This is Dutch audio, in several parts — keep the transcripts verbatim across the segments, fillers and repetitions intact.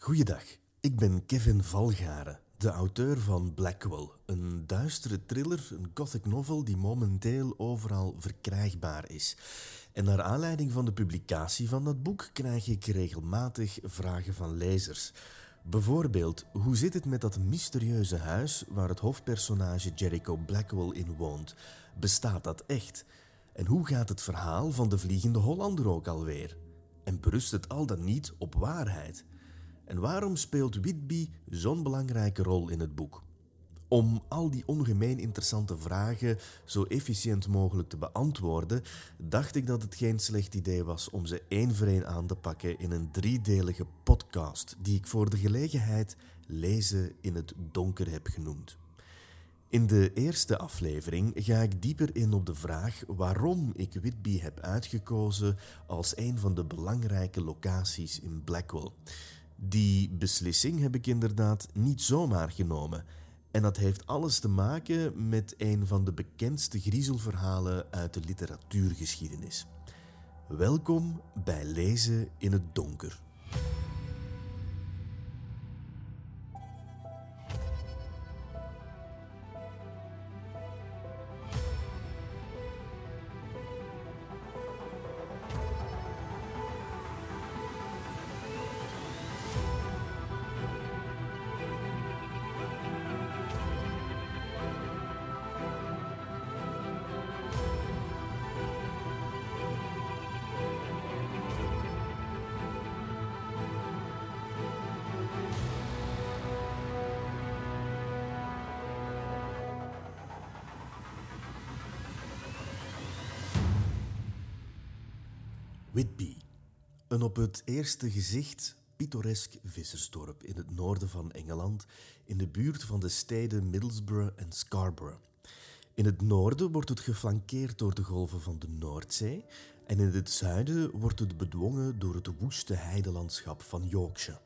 Goeiedag, ik ben Kevin Valgaren, de auteur van Blackwell, een duistere thriller, een gothic novel die momenteel overal verkrijgbaar is. En naar aanleiding van de publicatie van dat boek krijg ik regelmatig vragen van lezers. Bijvoorbeeld, hoe zit het met dat mysterieuze huis waar het hoofdpersonage Jericho Blackwell in woont? Bestaat dat echt? En hoe gaat het verhaal van de Vliegende Hollander ook alweer? En berust het al dan niet op waarheid? En waarom speelt Whitby zo'n belangrijke rol in het boek? Om al die ongemeen interessante vragen zo efficiënt mogelijk te beantwoorden, dacht ik dat het geen slecht idee was om ze één voor één aan te pakken in een driedelige podcast die ik voor de gelegenheid Lezen in het Donker heb genoemd. In de eerste aflevering ga ik dieper in op de vraag waarom ik Whitby heb uitgekozen als een van de belangrijke locaties in Blackwell. Die beslissing heb ik inderdaad niet zomaar genomen. En dat heeft alles te maken met een van de bekendste griezelverhalen uit de literatuurgeschiedenis. Welkom bij Lezen in het Donker. Whitby, een op het eerste gezicht pittoresk vissersdorp in het noorden van Engeland, in de buurt van de steden Middlesbrough en Scarborough. In het noorden wordt het geflankeerd door de golven van de Noordzee en in het zuiden wordt het bedwongen door het woeste heidelandschap van Yorkshire.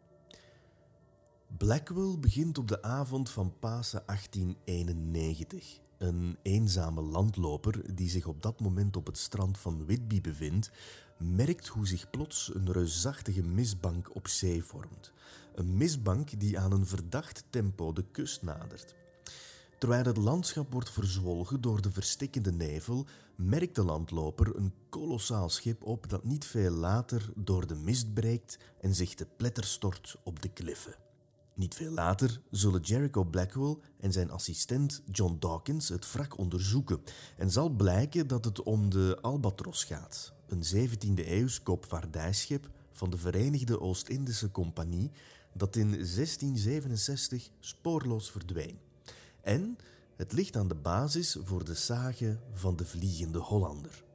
Blackwell begint op de avond van Pasen achttien eenennegentig. Een eenzame landloper die zich op dat moment op het strand van Whitby bevindt, merkt hoe zich plots een reusachtige mistbank op zee vormt. Een mistbank die aan een verdacht tempo de kust nadert. Terwijl het landschap wordt verzwolgen door de verstikkende nevel, merkt de landloper een kolossaal schip op dat niet veel later door de mist breekt en zich te pletter stort op de kliffen. Niet veel later zullen Jericho Blackwell en zijn assistent John Dawkins het wrak onderzoeken en zal blijken dat het om de Albatros gaat, een zeventiende-eeuws koopvaardijschip van de Verenigde Oost-Indische Compagnie dat in zestien zevenenzestig spoorloos verdween. En het ligt aan de basis voor de sage van de Vliegende Hollander.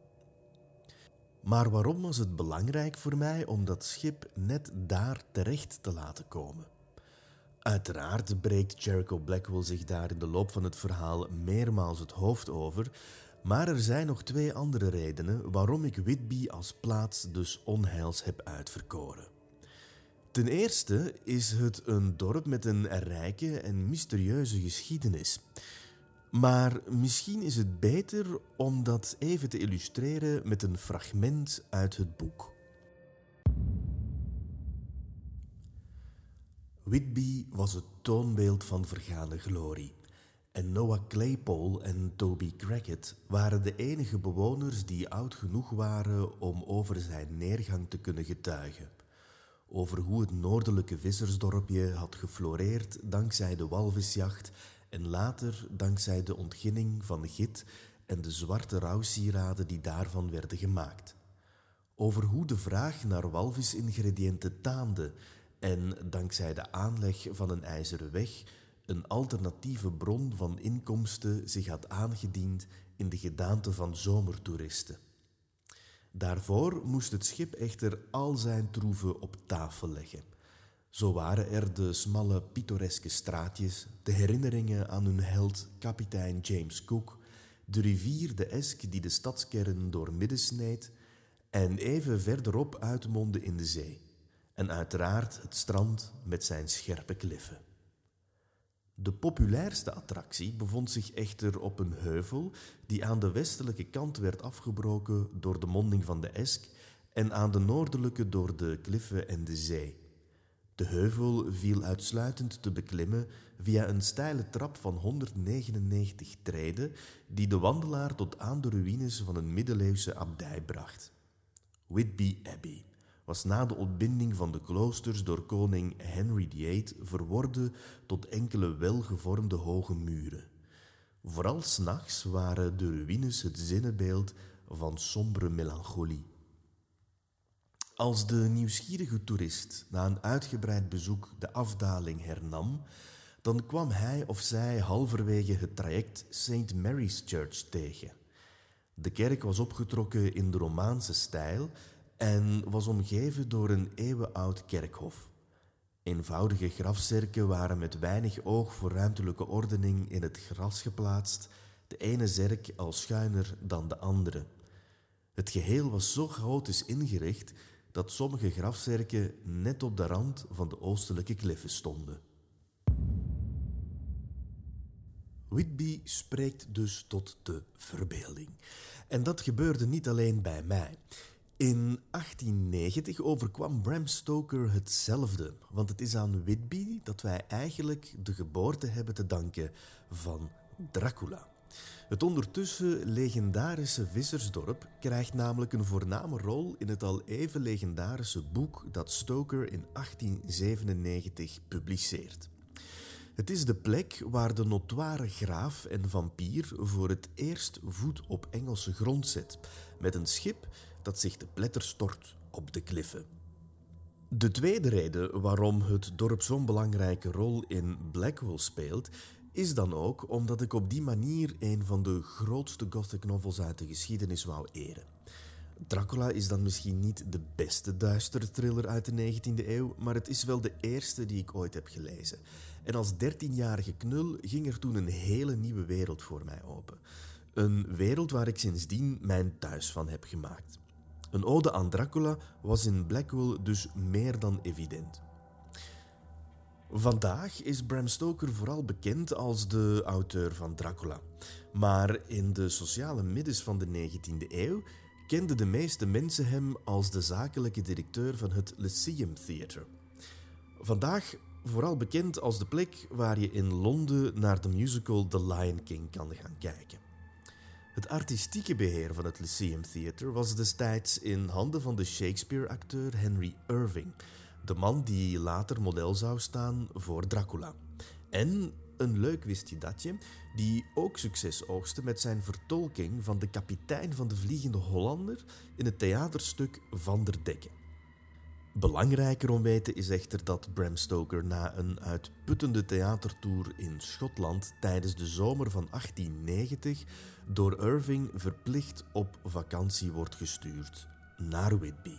Maar waarom was het belangrijk voor mij om dat schip net daar terecht te laten komen? Uiteraard breekt Jericho Blackwell zich daar in de loop van het verhaal meermaals het hoofd over, maar er zijn nog twee andere redenen waarom ik Whitby als plaats des onheils heb uitverkoren. Ten eerste is het een dorp met een rijke en mysterieuze geschiedenis. Maar misschien is het beter om dat even te illustreren met een fragment uit het boek. Whitby was het toonbeeld van vergane glorie. En Noah Claypole en Toby Crackett waren de enige bewoners die oud genoeg waren om over zijn neergang te kunnen getuigen. Over hoe het noordelijke vissersdorpje had gefloreerd dankzij de walvisjacht en later dankzij de ontginning van git en de zwarte rouwsieraden die daarvan werden gemaakt. Over hoe de vraag naar walvisingrediënten taande en dankzij de aanleg van een ijzeren weg een alternatieve bron van inkomsten zich had aangediend in de gedaante van zomertoeristen. Daarvoor moest het schip echter al zijn troeven op tafel leggen. Zo waren er de smalle pittoreske straatjes, de herinneringen aan hun held kapitein James Cook, de rivier de Esk die de stadskern doormidden sneed en even verderop uitmondde in de zee. En uiteraard het strand met zijn scherpe kliffen. De populairste attractie bevond zich echter op een heuvel die aan de westelijke kant werd afgebroken door de monding van de Esk en aan de noordelijke door de kliffen en de zee. De heuvel viel uitsluitend te beklimmen via een steile trap van honderdnegenennegentig treden die de wandelaar tot aan de ruïnes van een middeleeuwse abdij bracht. Whitby Abbey was na de ontbinding van de kloosters door koning Henry de Achtste verworden tot enkele welgevormde hoge muren. Vooral 's nachts waren de ruïnes het zinnebeeld van sombere melancholie. Als de nieuwsgierige toerist na een uitgebreid bezoek de afdaling hernam, dan kwam hij of zij halverwege het traject Saint Mary's Church tegen. De kerk was opgetrokken in de Romaanse stijl en was omgeven door een eeuwenoud kerkhof. Eenvoudige grafzerken waren met weinig oog voor ruimtelijke ordening in het gras geplaatst, de ene zerk al schuiner dan de andere. Het geheel was zo chaotisch ingericht dat sommige grafzerken net op de rand van de oostelijke kliffen stonden. Whitby spreekt dus tot de verbeelding. En dat gebeurde niet alleen bij mij. In achttiennegentig overkwam Bram Stoker hetzelfde, want het is aan Whitby dat wij eigenlijk de geboorte hebben te danken van Dracula. Het ondertussen legendarische vissersdorp krijgt namelijk een voorname rol in het al even legendarische boek dat Stoker in achttien zevenennegentig publiceert. Het is de plek waar de notoire graaf en vampier voor het eerst voet op Engelse grond zet, met een schip dat zich te pletter stort op de kliffen. De tweede reden waarom het dorp zo'n belangrijke rol in Blackwell speelt, is dan ook omdat ik op die manier een van de grootste gothic novels uit de geschiedenis wou eren. Dracula is dan misschien niet de beste duistere thriller uit de negentiende eeuw, maar het is wel de eerste die ik ooit heb gelezen. En als dertienjarige knul ging er toen een hele nieuwe wereld voor mij open. Een wereld waar ik sindsdien mijn thuis van heb gemaakt. Een ode aan Dracula was in Blackwell dus meer dan evident. Vandaag is Bram Stoker vooral bekend als de auteur van Dracula. Maar in de sociale middens van de negentiende eeuw kenden de meeste mensen hem als de zakelijke directeur van het Lyceum Theatre. Vandaag vooral bekend als de plek waar je in Londen naar de musical The Lion King kan gaan kijken. Het artistieke beheer van het Lyceum Theatre was destijds in handen van de Shakespeare-acteur Henry Irving, de man die later model zou staan voor Dracula. En een leuk wist je datje, die ook succes oogste met zijn vertolking van de kapitein van de Vliegende Hollander in het theaterstuk Van der Decken. Belangrijker om weten is echter dat Bram Stoker na een uitputtende theatertour in Schotland tijdens de zomer van achttien negentig door Irving verplicht op vakantie wordt gestuurd naar Whitby.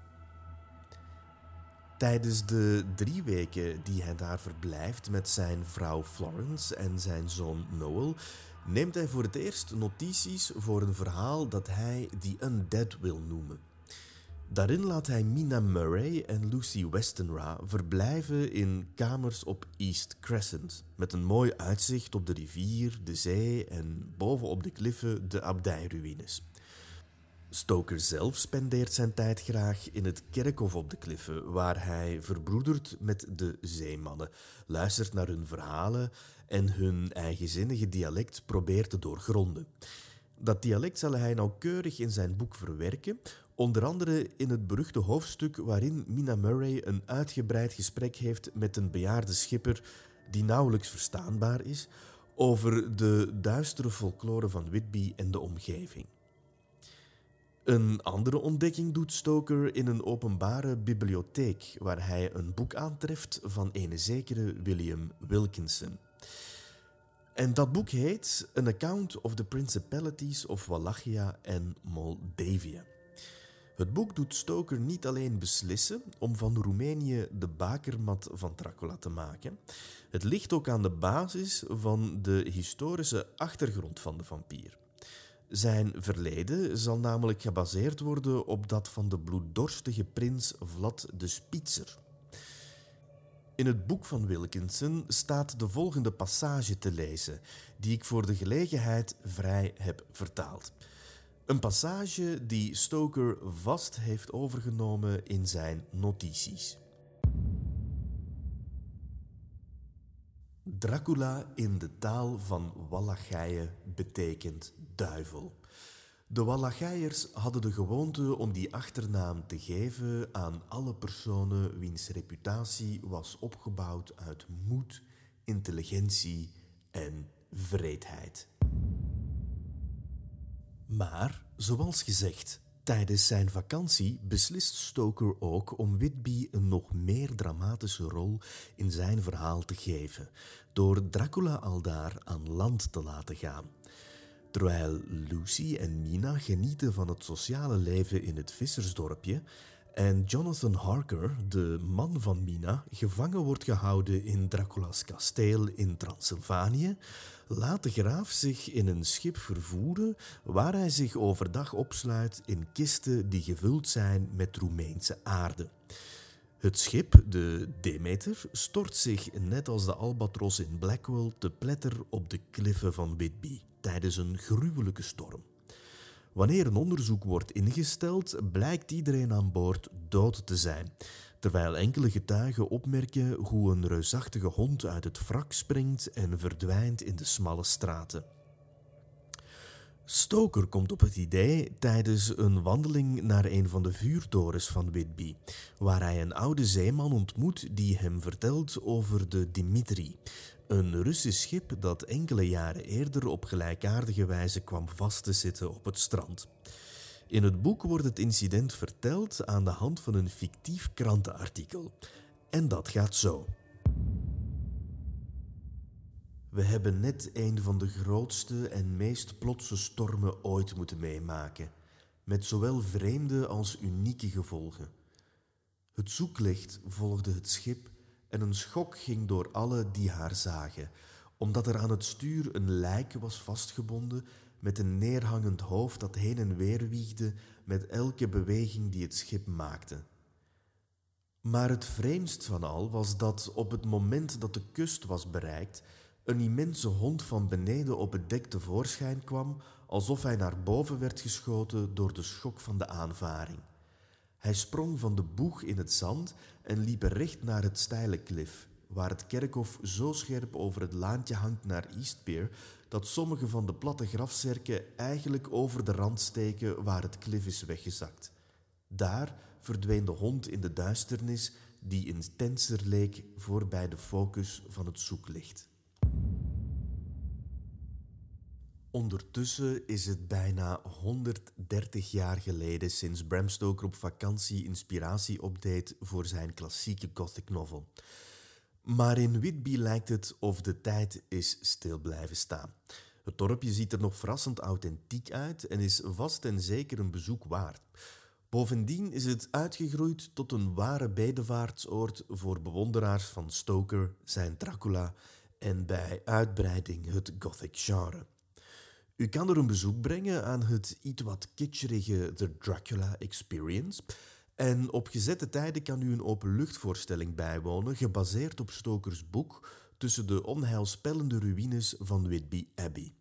Tijdens de drie weken die hij daar verblijft met zijn vrouw Florence en zijn zoon Noel, neemt hij voor het eerst notities voor een verhaal dat hij The Undead wil noemen. Daarin laat hij Mina Murray en Lucy Westenra verblijven in kamers op East Crescent, met een mooi uitzicht op de rivier, de zee en bovenop de kliffen de abdijruïnes. Stoker zelf spendeert zijn tijd graag in het kerkhof op de kliffen, waar hij verbroedert met de zeemannen, luistert naar hun verhalen en hun eigenzinnige dialect probeert te doorgronden. Dat dialect zal hij nauwkeurig in zijn boek verwerken, onder andere in het beruchte hoofdstuk waarin Mina Murray een uitgebreid gesprek heeft met een bejaarde schipper die nauwelijks verstaanbaar is, over de duistere folklore van Whitby en de omgeving. Een andere ontdekking doet Stoker in een openbare bibliotheek, waar hij een boek aantreft van een zekere William Wilkinson. En dat boek heet An Account of the Principalities of Wallachia and Moldavia. Het boek doet Stoker niet alleen beslissen om van Roemenië de bakermat van Dracula te maken. Het ligt ook aan de basis van de historische achtergrond van de vampier. Zijn verleden zal namelijk gebaseerd worden op dat van de bloeddorstige prins Vlad de Spitser. In het boek van Wilkinson staat de volgende passage te lezen, die ik voor de gelegenheid vrij heb vertaald. Een passage die Stoker vast heeft overgenomen in zijn notities. Dracula in de taal van Wallachije betekent duivel. De Wallachijers hadden de gewoonte om die achternaam te geven aan alle personen wiens reputatie was opgebouwd uit moed, intelligentie en wreedheid. Maar, zoals gezegd, tijdens zijn vakantie beslist Stoker ook om Whitby een nog meer dramatische rol in zijn verhaal te geven, door Dracula aldaar aan land te laten gaan. Terwijl Lucy en Mina genieten van het sociale leven in het vissersdorpje en Jonathan Harker, de man van Mina, gevangen wordt gehouden in Dracula's kasteel in Transylvanië, laat de graaf zich in een schip vervoeren waar hij zich overdag opsluit in kisten die gevuld zijn met Roemeense aarde. Het schip, de Demeter, stort zich net als de Albatros in Blackwell te pletter op de kliffen van Whitby tijdens een gruwelijke storm. Wanneer een onderzoek wordt ingesteld, blijkt iedereen aan boord dood te zijn, terwijl enkele getuigen opmerken hoe een reusachtige hond uit het wrak springt en verdwijnt in de smalle straten. Stoker komt op het idee tijdens een wandeling naar een van de vuurtorens van Whitby, waar hij een oude zeeman ontmoet die hem vertelt over de Dimitri, een Russisch schip dat enkele jaren eerder op gelijkaardige wijze kwam vast te zitten op het strand. In het boek wordt het incident verteld aan de hand van een fictief krantenartikel. En dat gaat zo. We hebben net een van de grootste en meest plotse stormen ooit moeten meemaken, met zowel vreemde als unieke gevolgen. Het zoeklicht volgde het schip en een schok ging door alle die haar zagen, omdat er aan het stuur een lijk was vastgebonden met een neerhangend hoofd dat heen en weer wiegde met elke beweging die het schip maakte. Maar het vreemdst van al was dat op het moment dat de kust was bereikt, een immense hond van beneden op het dek tevoorschijn kwam, alsof hij naar boven werd geschoten door de schok van de aanvaring. Hij sprong van de boeg in het zand en liep recht naar het steile klif, waar het kerkhof zo scherp over het laantje hangt naar Eastpier, dat sommige van de platte grafzerken eigenlijk over de rand steken waar het klif is weggezakt. Daar verdween de hond in de duisternis die intenser leek voorbij de focus van het zoeklicht. Ondertussen is het bijna honderddertig jaar geleden sinds Bram Stoker op vakantie inspiratie opdeed voor zijn klassieke gothic novel. Maar in Whitby lijkt het of de tijd is stil blijven staan. Het dorpje ziet er nog verrassend authentiek uit en is vast en zeker een bezoek waard. Bovendien is het uitgegroeid tot een ware bedevaartsoord voor bewonderaars van Stoker, zijn Dracula en bij uitbreiding het gothic genre. U kan er een bezoek brengen aan het iets wat kitscherige The Dracula Experience en op gezette tijden kan u een openluchtvoorstelling bijwonen gebaseerd op Stokers boek Tussen de onheilspellende ruïnes van Whitby Abbey.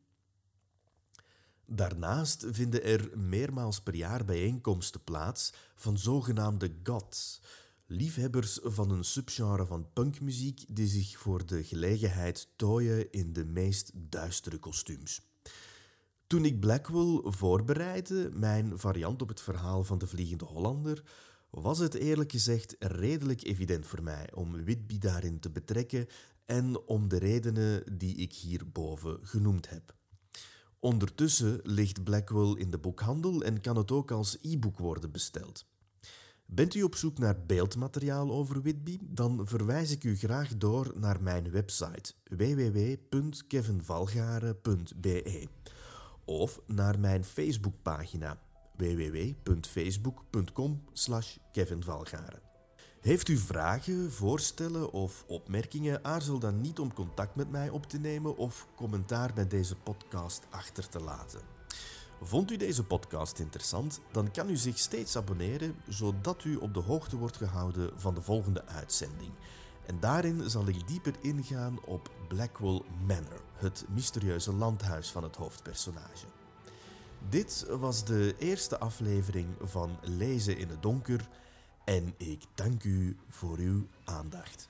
Daarnaast vinden er meermaals per jaar bijeenkomsten plaats van zogenaamde goths, liefhebbers van een subgenre van punkmuziek die zich voor de gelegenheid tooien in de meest duistere kostuums. Toen ik Blackwell voorbereidde, mijn variant op het verhaal van de Vliegende Hollander, was het eerlijk gezegd redelijk evident voor mij om Whitby daarin te betrekken en om de redenen die ik hierboven genoemd heb. Ondertussen ligt Blackwell in de boekhandel en kan het ook als e-book worden besteld. Bent u op zoek naar beeldmateriaal over Whitby? Dan verwijs ik u graag door naar mijn website w w w punt kevin valgaren punt b e of naar mijn Facebookpagina w w w punt facebook punt com slash kevin valgaren. Heeft u vragen, voorstellen of opmerkingen? Aarzel dan niet om contact met mij op te nemen of commentaar bij deze podcast achter te laten. Vond u deze podcast interessant? Dan kan u zich steeds abonneren, zodat u op de hoogte wordt gehouden van de volgende uitzending. En daarin zal ik dieper ingaan op Blackwell Manor, het mysterieuze landhuis van het hoofdpersonage. Dit was de eerste aflevering van Lezen in het Donker en ik dank u voor uw aandacht.